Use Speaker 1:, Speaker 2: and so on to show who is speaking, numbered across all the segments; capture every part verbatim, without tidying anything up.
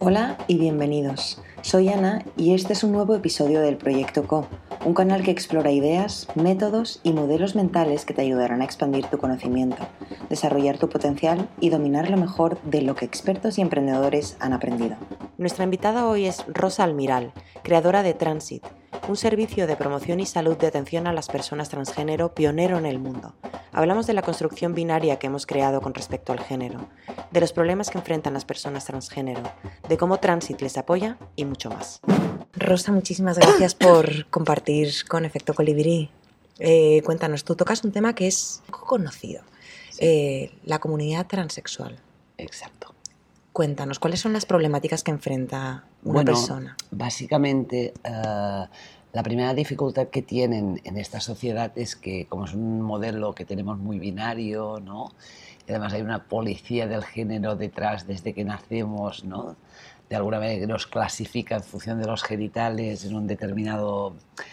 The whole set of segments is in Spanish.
Speaker 1: Hola y bienvenidos. Soy Ana y este es un nuevo episodio del Proyecto Co, un canal que explora ideas, métodos y modelos mentales que te ayudarán a expandir tu conocimiento, desarrollar tu potencial y dominar lo mejor de lo que expertos y emprendedores han aprendido. Nuestra invitada hoy es Rosa Almiral, creadora de Transit, un servicio de promoción y salud de atención a las personas transgénero pionero en el mundo. Hablamos de la construcción binaria que hemos creado con respecto al género, de los problemas que enfrentan las personas transgénero, de cómo Transit les apoya y mucho más. Rosa, muchísimas gracias por compartir con Efecto Colibrí. Eh, cuéntanos, tú tocas un tema que es poco conocido,
Speaker 2: Sí.
Speaker 1: eh, la comunidad transexual.
Speaker 2: Exacto.
Speaker 1: Cuéntanos, ¿cuáles son las problemáticas que enfrenta una
Speaker 2: bueno,
Speaker 1: persona?
Speaker 2: Básicamente, uh, la primera dificultad que tienen en esta sociedad es que, como es un modelo que tenemos muy binario, ¿no? Y además hay una policía del género detrás desde que nacemos, ¿no? De alguna manera que nos clasifica en función de los genitales en un determinado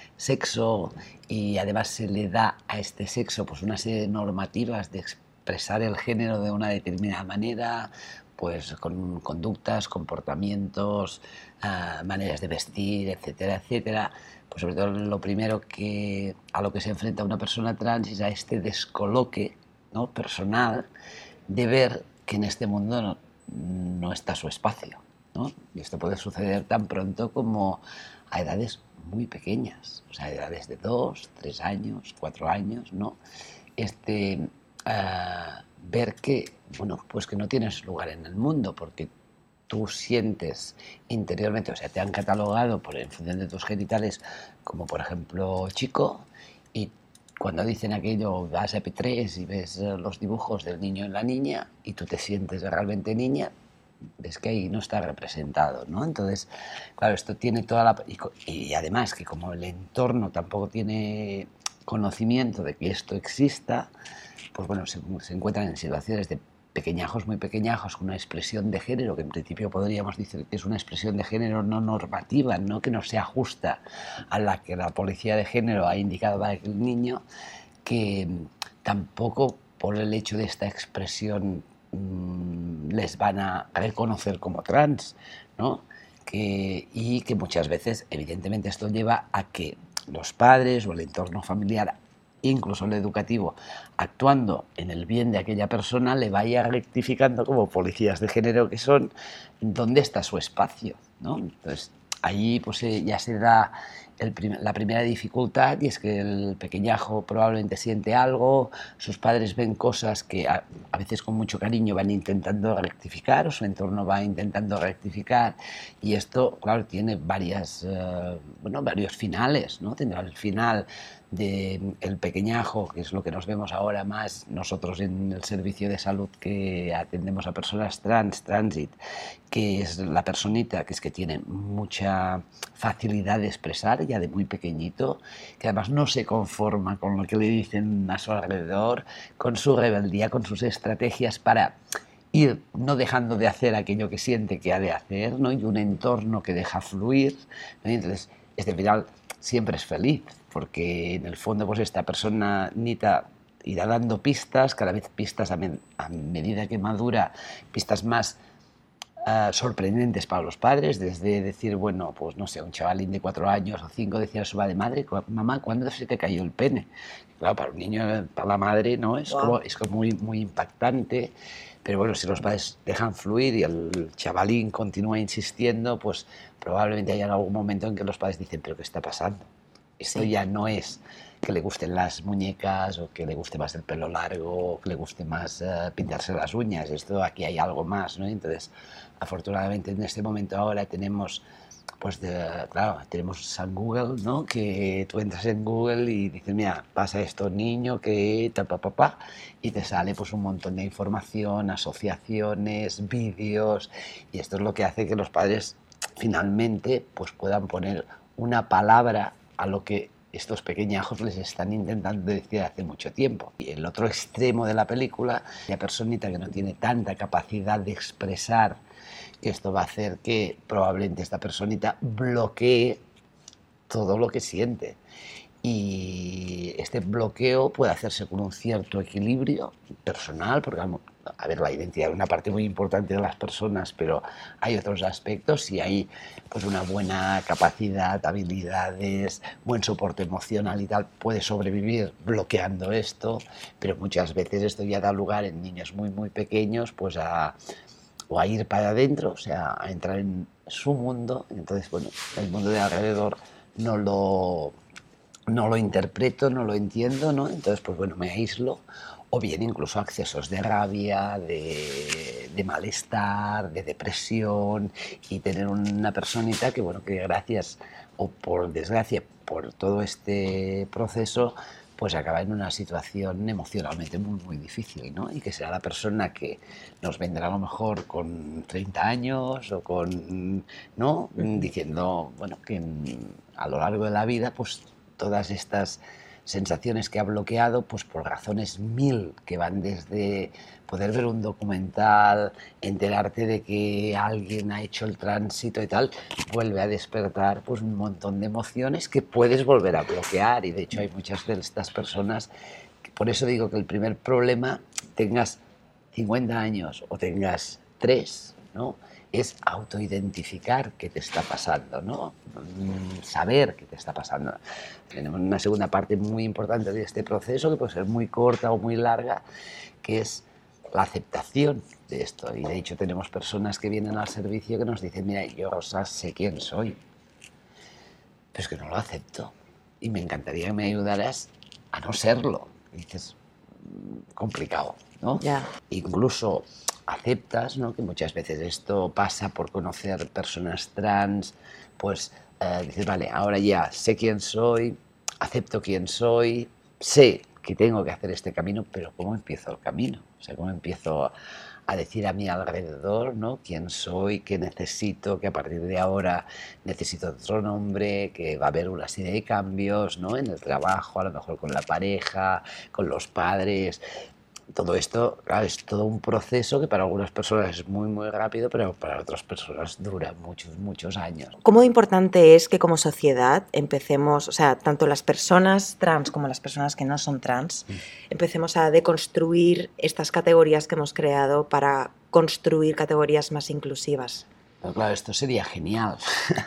Speaker 2: sexo, y además se le da a este sexo pues una serie de normativas de expresar el género de una determinada manera, pues con conductas, comportamientos, uh, maneras de vestir, etcétera, etcétera. Pues sobre todo lo primero que, a lo que se enfrenta una persona trans es a este descoloque, ¿no?, personal, de ver que en este mundo no, no está su espacio, ¿no? Y esto puede suceder tan pronto como a edades muy pequeñas, o sea, edades de dos, tres años, cuatro años, ¿no? Este, uh, ver que, bueno, pues que no tienes lugar en el mundo porque tú sientes interiormente, o sea, te han catalogado por, en función de tus genitales como, por ejemplo, chico, y cuando dicen aquello, vas a P tres y ves los dibujos del niño y la niña y tú te sientes realmente niña, ves que ahí no está representado, ¿no? Entonces, claro, esto tiene toda la... Y, y además que como el entorno tampoco tiene conocimiento de que esto exista, pues bueno, se, se encuentran en situaciones de pequeñajos, muy pequeñajos, con una expresión de género, que en principio podríamos decir que es una expresión de género no normativa, ¿no?, que no se ajusta a la que la policía de género ha indicado para el niño, que tampoco por el hecho de esta expresión mmm, les van a reconocer como trans, ¿no? Que, y que muchas veces, evidentemente, esto lleva a que los padres o el entorno familiar, incluso el educativo, actuando en el bien de aquella persona, le vaya rectificando como policías de género que son, dónde está su espacio, ¿no? Entonces, ahí pues, ya se da el prim la primera dificultad, y es que el pequeñajo probablemente siente algo, sus padres ven cosas que a, a veces con mucho cariño van intentando rectificar, o su entorno va intentando rectificar, y esto, claro, tiene varias, uh, bueno, varios finales, ¿no? Tendrá el final del de pequeñajo, que es lo que nos vemos ahora más nosotros en el servicio de salud que atendemos a personas trans, Transit, que es la personita que es que tiene mucha facilidad de expresar ya de muy pequeñito, que además no se conforma con lo que le dicen a su alrededor, con su rebeldía, con sus estrategias para ir no dejando de hacer aquello que siente que ha de hacer, ¿no? Y un entorno que deja fluir, ¿no? Y entonces este final siempre es feliz, porque en el fondo pues esta persona nita irá dando pistas, cada vez pistas a, me a medida que madura, pistas más uh, sorprendentes para los padres, desde decir, bueno, pues no sé, un chavalín de cuatro años o cinco decía a su madre, mamá, ¿cuándo se te cayó el pene? Y claro, para un niño, para la madre, ¿no? Es, wow. como, es como muy, muy impactante. Pero bueno, si los padres dejan fluir y el chavalín continúa insistiendo, pues probablemente haya algún momento en que los padres dicen, ¿pero qué está pasando? Esto sí. ya no es que le gusten las muñecas o que le guste más el pelo largo o que le guste más uh, pintarse las uñas. Esto aquí hay algo más, ¿no? Entonces, afortunadamente en este momento ahora tenemos, pues de, claro, tenemos San Google, ¿no? Que tú entras en Google y dices, mira, pasa esto, niño, que ta, pa, pa, pa, y te sale pues un montón de información, asociaciones, vídeos, y esto es lo que hace que los padres finalmente pues puedan poner una palabra a lo que estos pequeñajos les están intentando decir hace mucho tiempo. Y el otro extremo de la película, la personita que no tiene tanta capacidad de expresar, que esto va a hacer que probablemente esta personita bloquee todo lo que siente. Y este bloqueo puede hacerse con un cierto equilibrio personal, porque a ver, la identidad es una parte muy importante de las personas, pero hay otros aspectos. Si hay pues una buena capacidad, habilidades, buen soporte emocional y tal, puede sobrevivir bloqueando esto, pero muchas veces esto ya da lugar en niños muy muy pequeños pues a, o a ir para adentro, o sea, a entrar en su mundo. Entonces, bueno, el mundo de alrededor no lo, no lo interpreto, no lo entiendo, ¿no? Entonces, pues bueno, me aíslo. O bien incluso accesos de rabia, de, de malestar, de depresión, y tener una personita que, bueno, que gracias o por desgracia, por todo este proceso, pues acaba en una situación emocionalmente muy, muy difícil, ¿no? Y que será la persona que nos vendrá a lo mejor con treinta años o con, ¿no? Uh-huh. Diciendo, bueno, que en, a lo largo de la vida, pues todas estas sensaciones que ha bloqueado, pues por razones mil, que van desde poder ver un documental, enterarte de que alguien ha hecho el tránsito y tal, vuelve a despertar pues un montón de emociones que puedes volver a bloquear. Y de hecho hay muchas de estas personas que, por eso digo que el primer problema, tengas cincuenta años o tengas tres, ¿no?, es autoidentificar qué te está pasando, ¿no? Saber qué te está pasando. Tenemos una segunda parte muy importante de este proceso, que puede ser muy corta o muy larga, que es la aceptación de esto. Y de hecho tenemos personas que vienen al servicio que nos dicen, mira, yo Rosa, sé quién soy, pero es que no lo acepto. Y me encantaría que me ayudaras a no serlo. Y dices, complicado, ¿no?
Speaker 1: Yeah.
Speaker 2: Incluso aceptas, ¿no?, que muchas veces esto pasa por conocer personas trans, pues eh, dices, vale, ahora ya sé quién soy, acepto quién soy, sé que tengo que hacer este camino, pero ¿cómo empiezo el camino? O sea, ¿cómo empiezo a decir a mi alrededor, ¿no?, quién soy, qué necesito, que a partir de ahora necesito otro nombre, que va a haber una serie de cambios, ¿no?, en el trabajo, a lo mejor con la pareja, con los padres. Todo esto, claro, es todo un proceso que para algunas personas es muy, muy rápido, pero para otras personas dura muchos, muchos años.
Speaker 1: ¿Cómo importante es que como sociedad empecemos, o sea, tanto las personas trans como las personas que no son trans, mm. empecemos a deconstruir estas categorías que hemos creado para construir categorías más inclusivas?
Speaker 2: Pero claro, esto sería genial.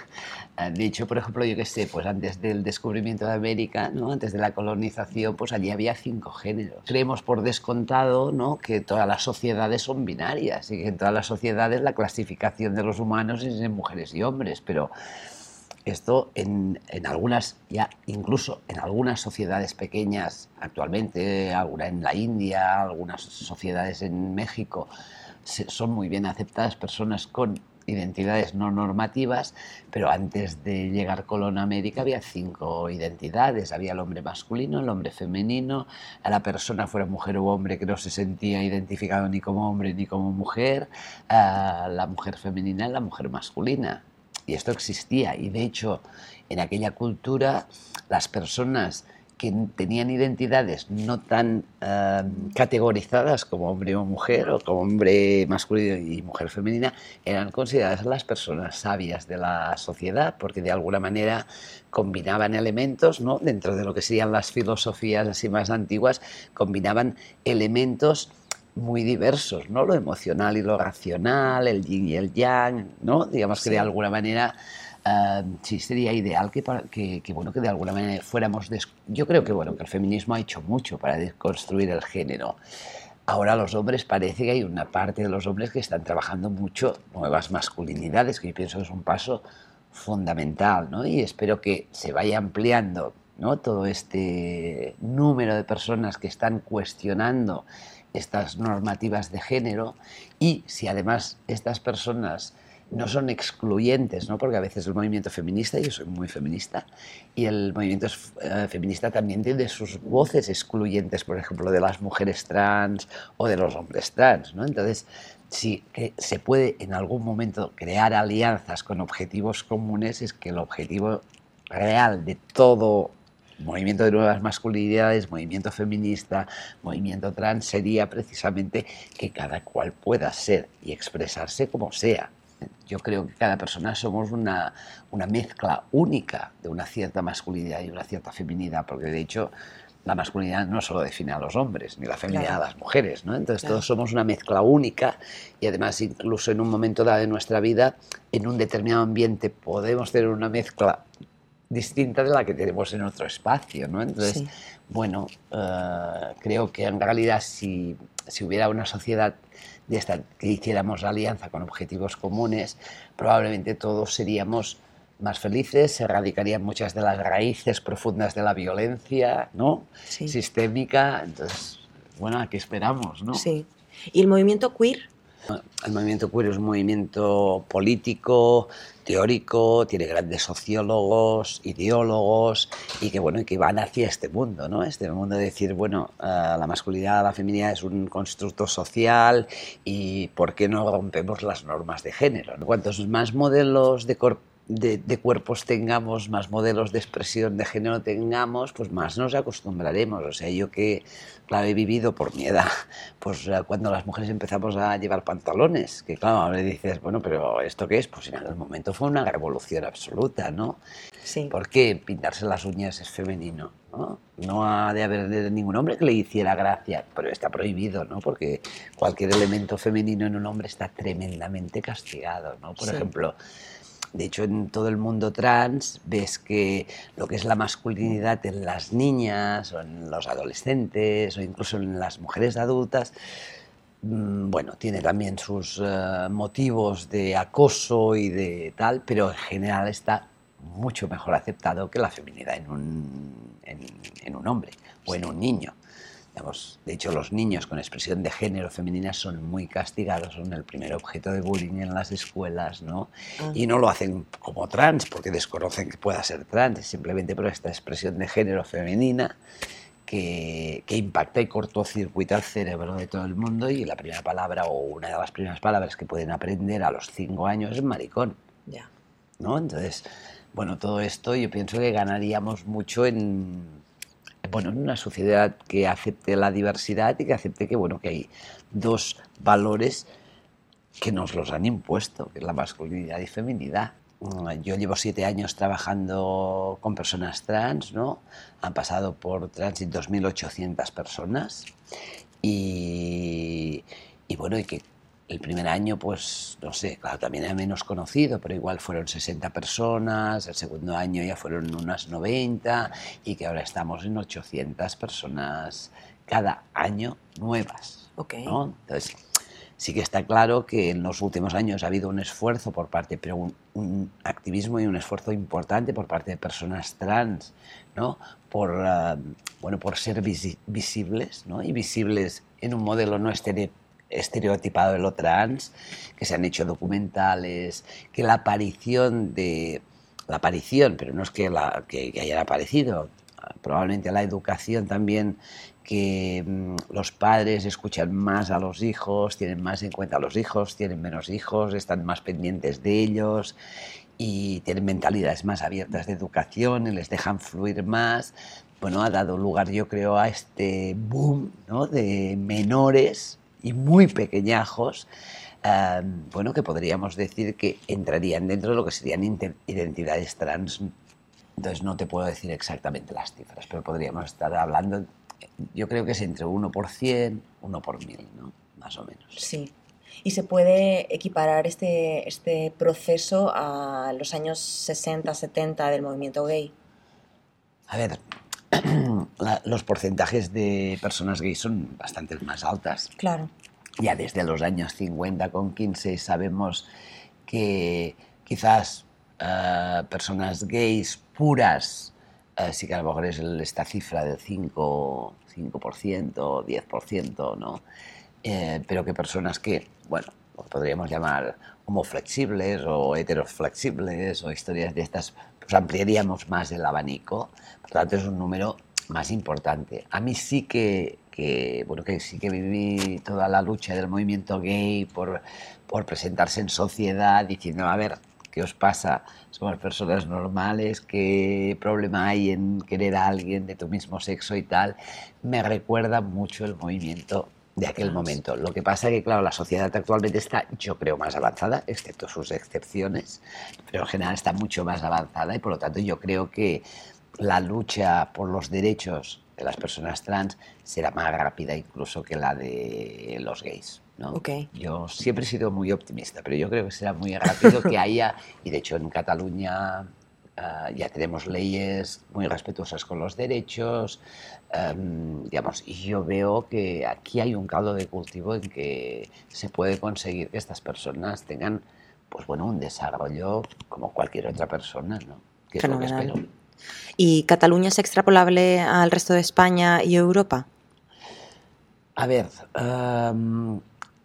Speaker 2: De hecho, por ejemplo, yo qué sé, pues antes del descubrimiento de América, ¿no?, antes de la colonización, pues allí había cinco géneros. Creemos por descontado, ¿no?, que todas las sociedades son binarias y que en todas las sociedades la clasificación de los humanos es en mujeres y hombres, pero esto en, en algunas, ya incluso en algunas sociedades pequeñas actualmente, alguna en la India, algunas sociedades en México, son muy bien aceptadas personas con identidades no normativas, pero antes de llegar Colón a América había cinco identidades. Había el hombre masculino, el hombre femenino, a la persona fuera mujer u hombre que no se sentía identificado ni como hombre ni como mujer, a la mujer femenina y la mujer masculina. Y esto existía, y de hecho en aquella cultura las personas que tenían identidades no tan eh, categorizadas como hombre o mujer, o como hombre masculino y mujer femenina, eran consideradas las personas sabias de la sociedad, porque de alguna manera combinaban elementos, ¿no?, dentro de lo que serían las filosofías así más antiguas, combinaban elementos muy diversos, ¿no?, lo emocional y lo racional, el yin y el yang, ¿no? Digamos que de alguna manera Uh, sí, sería ideal que, que, que, bueno, que de alguna manera fuéramos... Des... Yo creo que, bueno, que el feminismo ha hecho mucho para desconstruir el género. Ahora los hombres, parece que hay una parte de los hombres que están trabajando mucho nuevas masculinidades, que yo pienso que es un paso fundamental, ¿no? Y espero que se vaya ampliando, ¿no?, todo este número de personas que están cuestionando estas normativas de género, y si además estas personas no son excluyentes, ¿no?, porque a veces el movimiento feminista, yo soy muy feminista, y el movimiento eh, feminista también tiene sus voces excluyentes, por ejemplo, de las mujeres trans o de los hombres trans, ¿no? Entonces, si que se puede en algún momento crear alianzas con objetivos comunes, es que el objetivo real de todo movimiento de nuevas masculinidades, movimiento feminista, movimiento trans, sería precisamente que cada cual pueda ser y expresarse como sea. Yo creo que cada persona somos una, una mezcla única de una cierta masculinidad y una cierta feminidad, porque de hecho la masculinidad no solo define a los hombres, ni la feminidad
Speaker 1: Claro.
Speaker 2: a las mujeres, ¿no? Entonces
Speaker 1: Claro.
Speaker 2: todos somos una mezcla única y además incluso en un momento dado de nuestra vida, en un determinado ambiente, podemos tener una mezcla distinta de la que tenemos en otro espacio, ¿no? Entonces,
Speaker 1: Sí.
Speaker 2: bueno, uh, creo que en realidad si, si hubiera una sociedad de esta que hiciéramos alianza con objetivos comunes, probablemente todos seríamos más felices, se erradicarían muchas de las raíces profundas de la violencia, ¿no?
Speaker 1: Sí.
Speaker 2: Sistémica. Entonces, bueno, ¿a qué esperamos, no?
Speaker 1: Sí. ¿Y el movimiento queer?
Speaker 2: El movimiento queer es un movimiento político, teórico, tiene grandes sociólogos, ideólogos y que, bueno, y que van hacia este mundo, ¿no? Este mundo de decir, bueno, uh, la masculinidad, la feminidad es un constructo social y ¿por qué no rompemos las normas de género, ¿no? Cuantos más modelos de corpo De, de cuerpos tengamos, más modelos de expresión de género tengamos, pues más nos acostumbraremos. O sea, yo que, claro, he vivido por mi edad, pues cuando las mujeres empezamos a llevar pantalones, que claro, ahora dices, bueno, pero ¿esto qué es? Pues en aquel momento fue una revolución absoluta, ¿no?
Speaker 1: Sí.
Speaker 2: Porque pintarse las uñas es femenino, ¿no? No ha de haber ningún hombre que le hiciera gracia, pero está prohibido, ¿no? Porque cualquier elemento femenino en un hombre está tremendamente castigado, ¿no? Por
Speaker 1: Sí.
Speaker 2: ejemplo, de hecho, en todo el mundo trans ves que lo que es la masculinidad en las niñas o en los adolescentes o incluso en las mujeres adultas, mmm, bueno, tiene también sus uh, motivos de acoso y de tal, pero en general está mucho mejor aceptado que la feminidad en un, en, en un hombre o en un niño. De hecho, los niños con expresión de género femenina son muy castigados, son el primer objeto de bullying en las escuelas, ¿no? Ah. Y no lo hacen como trans, porque desconocen que pueda ser trans, simplemente por esta expresión de género femenina que, que impacta y cortocircuita el cerebro de todo el mundo, y la primera palabra o una de las primeras palabras que pueden aprender a los cinco años es maricón,
Speaker 1: yeah.
Speaker 2: ¿no? Entonces, bueno, todo esto yo pienso que ganaríamos mucho en... Bueno, en una sociedad que acepte la diversidad y que acepte que, bueno, que hay dos valores que nos los han impuesto, que es la masculinidad y feminidad. Yo llevo siete años trabajando con personas trans, ¿no? Han pasado por Transit dos mil ochocientas personas y, y bueno, y que el primer año, pues, no sé, claro, también era menos conocido, pero igual fueron sesenta personas, el segundo año ya fueron unas noventa, y que ahora estamos en ochocientas personas cada año nuevas,
Speaker 1: okay.
Speaker 2: ¿no? Entonces, sí que está claro que en los últimos años ha habido un esfuerzo por parte, pero un, un activismo y un esfuerzo importante por parte de personas trans, ¿no? Por, uh, bueno, por ser visi visibles, ¿no? Y visibles en un modelo no estere estereotipado de lo trans, que se han hecho documentales, que la aparición de... La aparición, pero no es que, la, que, que hayan aparecido, probablemente la educación también, que mmm, los padres escuchan más a los hijos, tienen más en cuenta a los hijos, tienen menos hijos, están más pendientes de ellos y tienen mentalidades más abiertas de educación y les dejan fluir más. Bueno, ha dado lugar, yo creo, a este boom, ¿no?, de menores y muy pequeñajos, eh, bueno, que podríamos decir que entrarían dentro de lo que serían identidades trans. Entonces no te puedo decir exactamente las cifras, pero podríamos estar hablando, yo creo que es entre uno por cien, uno por mil, ¿no? Más o menos.
Speaker 1: Sí. ¿Y se puede equiparar este, este proceso a los años sesenta, setenta del movimiento gay?
Speaker 2: A ver, la, los porcentajes de personas gays son bastante más altas.
Speaker 1: Claro.
Speaker 2: Ya desde los años cincuenta con Kinsey sabemos que quizás uh, personas gays puras, uh, sí que a lo mejor es el, esta cifra del cinco por ciento, diez por ciento, ¿no? Eh, pero que personas que, bueno, podríamos llamar homoflexibles o heteroflexibles o historias de estas, pues ampliaríamos más el abanico. Por lo tanto, es un número más importante. A mí sí que, que, bueno, que sí que viví toda la lucha del movimiento gay por, por presentarse en sociedad diciendo, a ver, ¿qué os pasa? Somos personas normales, ¿qué problema hay en querer a alguien de tu mismo sexo y tal? Me recuerda mucho el movimiento de aquel momento. Lo que pasa es que, claro, la sociedad actualmente está, yo creo, más avanzada, excepto sus excepciones, pero en general está mucho más avanzada y, por lo tanto, yo creo que la lucha por los derechos de las personas trans será más rápida incluso que la de los gays, ¿no?
Speaker 1: Okay.
Speaker 2: Yo siempre he sido muy optimista, pero yo creo que será muy rápido que haya, y de hecho en Cataluña uh, ya tenemos leyes muy respetuosas con los derechos, um, digamos, y yo veo que aquí hay un caldo de cultivo en que se puede conseguir que estas personas tengan, pues bueno, un desarrollo como cualquier otra persona, ¿no? Que es lo que espero.
Speaker 1: ¿Y Cataluña es extrapolable al resto de España y Europa?
Speaker 2: A ver, um,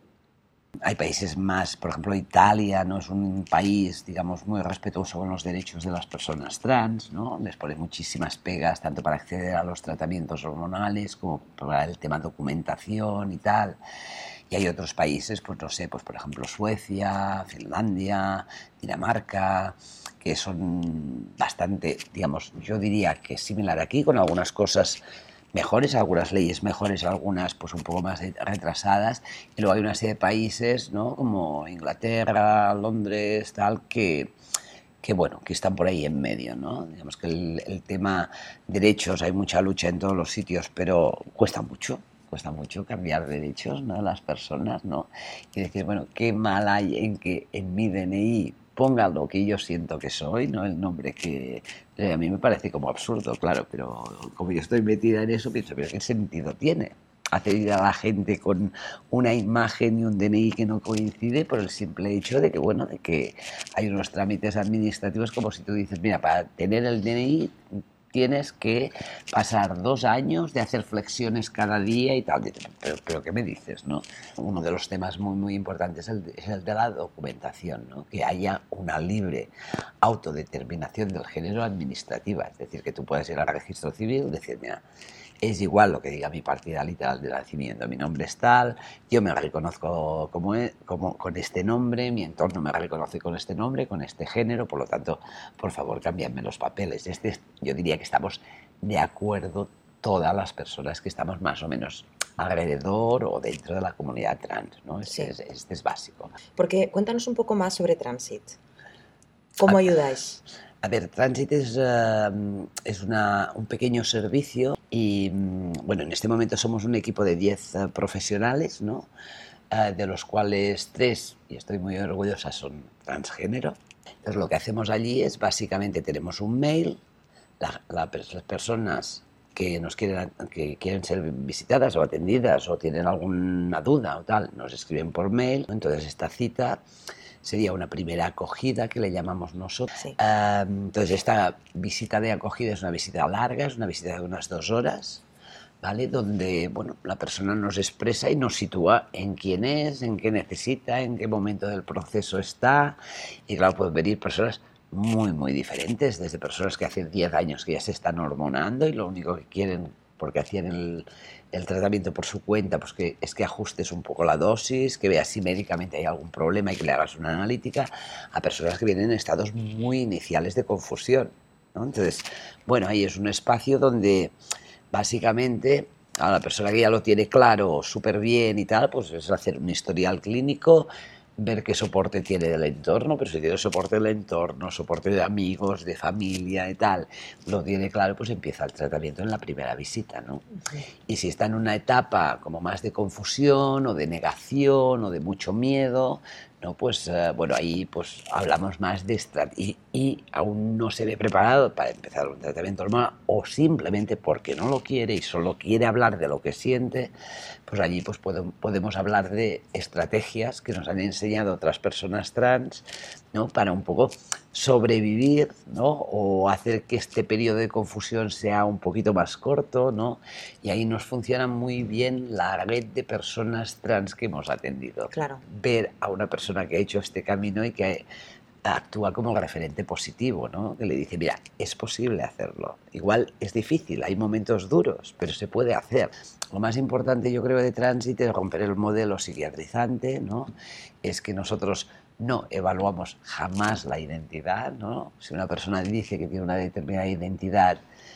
Speaker 2: hay países más, por ejemplo, Italia no es un país, digamos, muy respetuoso con los derechos de las personas trans, ¿no? Les pone muchísimas pegas, tanto para acceder a los tratamientos hormonales como para el tema documentación y tal. Y hay otros países, pues no sé, pues por ejemplo Suecia, Finlandia, Dinamarca, que son bastante, digamos, yo diría que similar aquí, con algunas cosas mejores, algunas leyes mejores, algunas pues un poco más retrasadas, y luego hay una serie de países, ¿no? Como Inglaterra, Londres, tal, que, que bueno, que están por ahí en medio, ¿no? Digamos que el, el tema derechos, hay mucha lucha en todos los sitios, pero cuesta mucho, cuesta mucho cambiar derechos, ¿no? De las personas, ¿no? Y decir, bueno, qué mal hay en que en mi D N I ponga lo que yo siento que soy, no el nombre que eh, a mí me parece como absurdo, claro, pero como yo estoy metida en eso, pienso, pero ¿qué sentido tiene hacer ir a la gente con una imagen y un D N I que no coincide por el simple hecho de que, bueno, de que hay unos trámites administrativos como si tú dices, mira, para tener el D N I tienes que pasar dos años de hacer flexiones cada día y tal. Pero, pero ¿qué me dices, no? Uno de los temas muy, muy importantes es el, es el de la documentación, ¿no? Que haya una libre autodeterminación del género administrativa. Es decir, que tú puedes ir al registro civil y decir, mira, es igual lo que diga mi partida literal de nacimiento, mi nombre es tal, yo me reconozco como, como con este nombre, mi entorno me reconoce con este nombre, con este género, por lo tanto, por favor, cámbiame los papeles. Este, yo diría que estamos de acuerdo todas las personas que estamos más o menos alrededor o dentro de la comunidad trans, ¿no? Este, sí. es, este es básico.
Speaker 1: Porque cuéntanos un poco más sobre Transit. ¿Cómo a, ayudáis?
Speaker 2: A ver, Transit es, uh, es una, un pequeño servicio y, bueno, en este momento somos un equipo de diez uh, profesionales, ¿no? Uh, de los cuales tres, y estoy muy orgullosa, son transgénero. Entonces lo que hacemos allí es básicamente tenemos un mail, la, la, las personas que nos quieren, que quieren ser visitadas o atendidas o tienen alguna duda o tal, nos escriben por mail. Entonces esta cita sería una primera acogida que le llamamos nosotros. Sí. Uh, entonces esta visita de acogida es una visita larga, es una visita de unas dos horas, ¿vale? Donde, bueno, la persona nos expresa y nos sitúa en quién es, en qué necesita, en qué momento del proceso está. Y claro, pueden venir personas muy, muy diferentes, desde personas que hace diez años que ya se están hormonando y lo único que quieren, porque hacían el, el tratamiento por su cuenta, pues que es que ajustes un poco la dosis, que veas si médicamente hay algún problema y que le hagas una analítica, a personas que vienen en estados muy iniciales de confusión, ¿no? Entonces, bueno, ahí es un espacio donde básicamente a la persona que ya lo tiene claro súper bien y tal, pues es hacer un historial clínico, ver qué soporte tiene del entorno, pero si tiene soporte del entorno, soporte de amigos, de familia y tal, lo tiene claro, pues empieza el tratamiento en la primera visita, ¿no? Okay. Y si está en una etapa como más de confusión o de negación o de mucho miedo, ¿no? Pues uh, bueno, ahí pues hablamos más de estrategia y, y aún no se ve preparado para empezar un tratamiento hormonal o simplemente porque no lo quiere y solo quiere hablar de lo que siente, pues allí pues podemos, podemos hablar de estrategias que nos han enseñado otras personas trans, ¿no? Para un poco sobrevivir, ¿no? O hacer que este periodo de confusión sea un poquito más corto, ¿no? Y ahí nos funciona muy bien la red de personas trans que hemos atendido.
Speaker 1: Claro.
Speaker 2: Ver a una persona que ha hecho este camino y que actúa como referente positivo, ¿no? Que le dice, mira, es posible hacerlo. Igual es difícil, hay momentos duros, pero se puede hacer. Lo más importante, yo creo, de Transit, de romper el modelo psiquiatrizante, ¿no? Es que nosotros no evaluamos jamás la identidad, ¿no? Si una persona dice que tiene una determinada identidad,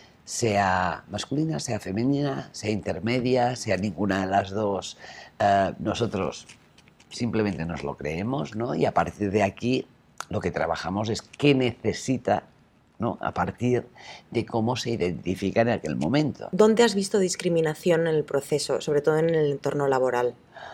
Speaker 2: sea masculina, sea femenina, sea intermedia, sea ninguna de las dos, eh, nosotros simplemente nos lo creemos, ¿no? Y a partir de aquí lo que trabajamos es qué necesita ¿no? A partir de cómo se identifica en aquel momento.
Speaker 1: ¿Dónde has visto discriminación en el proceso, sobre todo en el entorno laboral?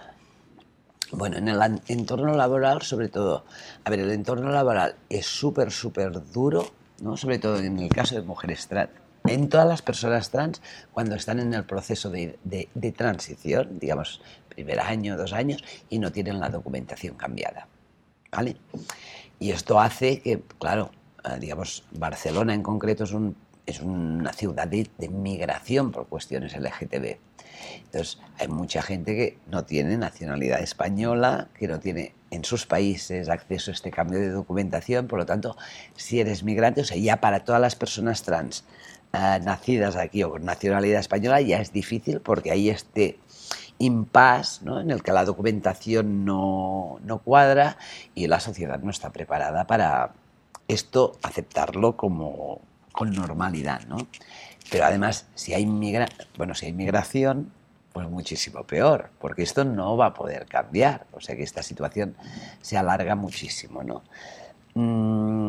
Speaker 2: Bueno, en el entorno laboral, sobre todo, a ver, el entorno laboral es súper, súper duro, ¿no? Sobre todo en el caso de mujeres trans. En todas las personas trans, cuando están en el proceso de, de, de transición, digamos, primer año, dos años, y no tienen la documentación cambiada, ¿vale? Y esto hace que, claro, digamos, Barcelona en concreto es, un, es una ciudad de, de migración por cuestiones L G T B. Entonces, hay mucha gente que no tiene nacionalidad española, que no tiene en sus países acceso a este cambio de documentación, por lo tanto, si eres migrante, o sea, ya para todas las personas trans eh, nacidas aquí o con nacionalidad española, ya es difícil porque hay este impasse, ¿no? En el que la documentación no, no cuadra y la sociedad no está preparada para esto aceptarlo como con normalidad, ¿no? Pero además, si hay, migra bueno, si hay migración, pues muchísimo peor, porque esto no va a poder cambiar. O sea que esta situación se alarga muchísimo, ¿no? Mm,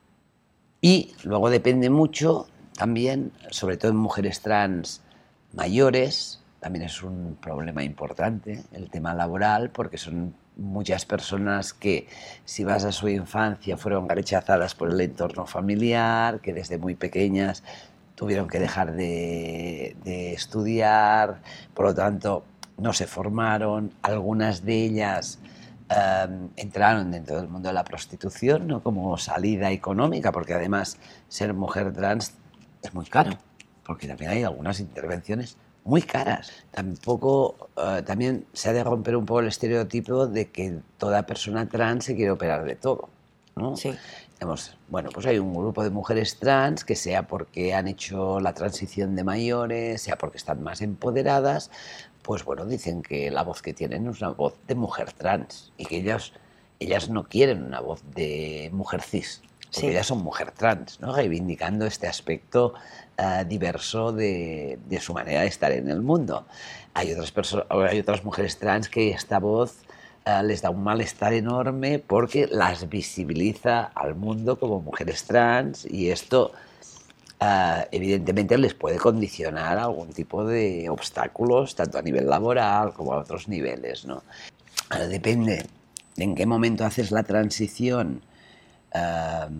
Speaker 2: y luego depende mucho también, sobre todo en mujeres trans mayores, también es un problema importante el tema laboral, porque son muchas personas que, si vas a su infancia, fueron rechazadas por el entorno familiar, que desde muy pequeñas tuvieron que dejar de, de estudiar, por lo tanto no se formaron, algunas de ellas eh, entraron dentro del mundo de la prostitución, ¿no? Como salida económica, porque además ser mujer trans es muy caro, porque también hay algunas intervenciones muy caras. Tampoco, eh, también se ha de romper un poco el estereotipo de que toda persona trans se quiere operar de todo, ¿no?
Speaker 1: Sí.
Speaker 2: Digamos, bueno, pues hay un grupo de mujeres trans que sea porque han hecho la transición de mayores, sea porque están más empoderadas, pues bueno, dicen que la voz que tienen es una voz de mujer trans y que ellas, ellas no quieren una voz de mujer cis, porque sí, ellas son mujer trans, ¿no? Reivindicando este aspecto uh, diverso de, de su manera de estar en el mundo. Hay otras, hay otras mujeres trans que esta voz Uh, les da un malestar enorme porque las visibiliza al mundo como mujeres trans y esto uh, evidentemente les puede condicionar a algún tipo de obstáculos tanto a nivel laboral como a otros niveles, ¿no? Ahora depende de en qué momento haces la transición uh,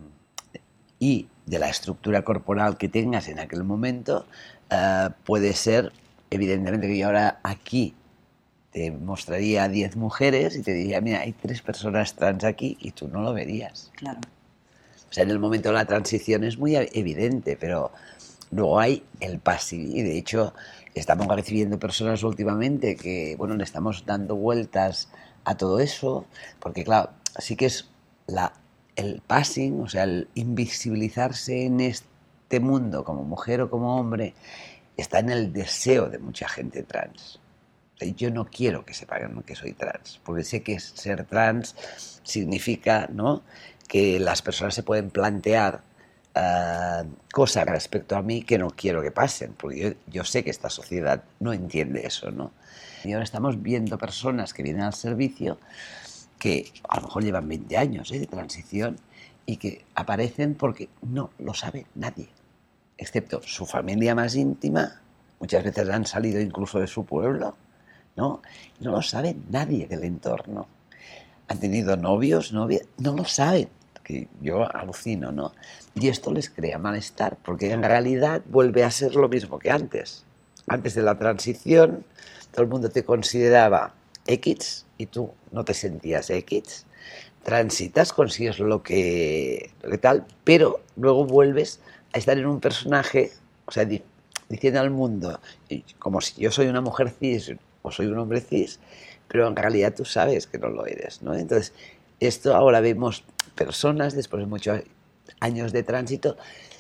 Speaker 2: y de la estructura corporal que tengas en aquel momento, uh, puede ser evidentemente que yo ahora aquí te mostraría a diez mujeres y te diría, mira, hay tres personas trans aquí y tú no lo verías.
Speaker 1: Claro.
Speaker 2: O sea, en el momento de la transición es muy evidente, pero luego hay el passing y de hecho estamos recibiendo personas últimamente que, bueno, le estamos dando vueltas a todo eso, porque claro, sí que es la, el passing, o sea, el invisibilizarse en este mundo como mujer o como hombre, está en el deseo de mucha gente trans. Yo no quiero que sepan que soy trans, porque sé que ser trans significa, ¿no?, que las personas se pueden plantear uh, cosas respecto a mí que no quiero que pasen, porque yo, yo sé que esta sociedad no entiende eso, ¿no? Y ahora estamos viendo personas que vienen al servicio que a lo mejor llevan veinte años ¿eh? de transición y que aparecen porque no lo sabe nadie, excepto su familia más íntima, muchas veces han salido incluso de su pueblo, ¿no? No lo sabe nadie del entorno. Han tenido novios, novias, no lo saben, que yo alucino, ¿no? Y esto les crea malestar, porque en realidad vuelve a ser lo mismo que antes. Antes de la transición, todo el mundo te consideraba X y tú no te sentías X. Transitas, consigues lo que, lo que tal, pero luego vuelves a estar en un personaje, o sea, diciendo al mundo, como si yo soy una mujer cis o soy un hombre cis, pero en realidad tú sabes que no lo eres, ¿no? Entonces, esto ahora vemos personas, después de muchos años de tránsito,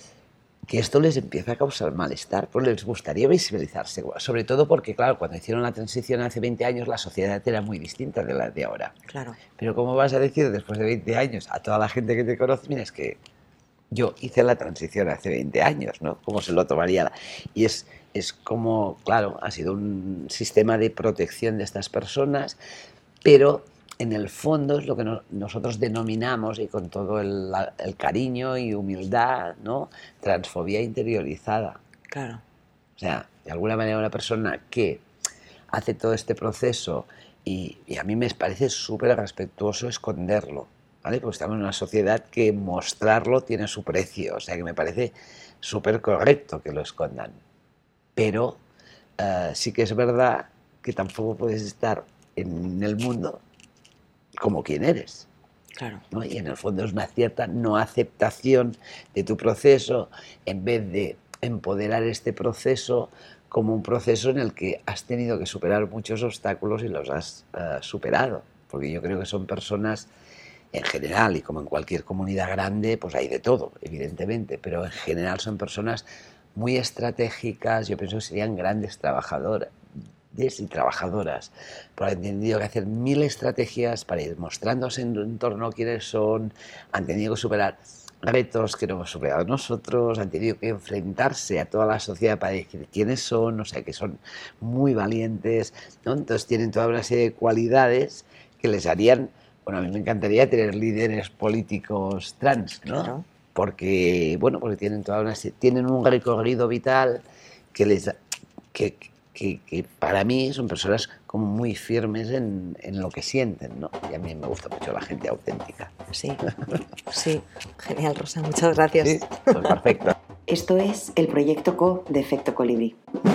Speaker 2: que esto les empieza a causar malestar, porque les gustaría visibilizarse, sobre todo porque, claro, cuando hicieron la transición hace veinte años, la sociedad era muy distinta de la de ahora.
Speaker 1: Claro.
Speaker 2: Pero ¿cómo vas a decir después de veinte años a toda la gente que te conoce, mira, es que yo hice la transición hace veinte años, ¿no? ¿Cómo se lo tomaría? Y es, es como, claro, ha sido un sistema de protección de estas personas, pero en el fondo es lo que no, nosotros denominamos, y con todo el, el cariño y humildad, ¿no?, transfobia interiorizada.
Speaker 1: Claro.
Speaker 2: O sea, de alguna manera una persona que hace todo este proceso y, y a mí me parece súper respetuoso esconderlo, ¿vale? Porque estamos en una sociedad que mostrarlo tiene su precio, o sea que me parece súper correcto que lo escondan. Pero uh, sí que es verdad que tampoco puedes estar en el mundo como quien eres.
Speaker 1: Claro.
Speaker 2: ¿No? Y en el fondo es una cierta no aceptación de tu proceso en vez de empoderar este proceso como un proceso en el que has tenido que superar muchos obstáculos y los has uh, superado. Porque yo creo que son personas, en general, y como en cualquier comunidad grande, pues hay de todo, evidentemente, pero en general son personas muy estratégicas, yo pienso que serían grandes trabajadoras y trabajadoras, pero han entendido que hacer mil estrategias para ir mostrándose en un entorno quiénes son, han tenido que superar retos que no hemos superado nosotros, han tenido que enfrentarse a toda la sociedad para decir quiénes son, o sea que son muy valientes, ¿no? Entonces tienen toda una serie de cualidades que les harían, bueno, a mí me encantaría tener líderes políticos trans, ¿no?
Speaker 1: Claro.
Speaker 2: Porque, bueno, porque tienen toda una, tienen un recorrido vital que les que, que, que para mí son personas como muy firmes en, en lo que sienten, ¿no? Y a mí me gusta mucho la gente auténtica.
Speaker 1: Sí, sí, genial, Rosa, muchas gracias.
Speaker 2: Sí, pues perfecto.
Speaker 1: Esto es el Proyecto Co de Efecto Colibrí.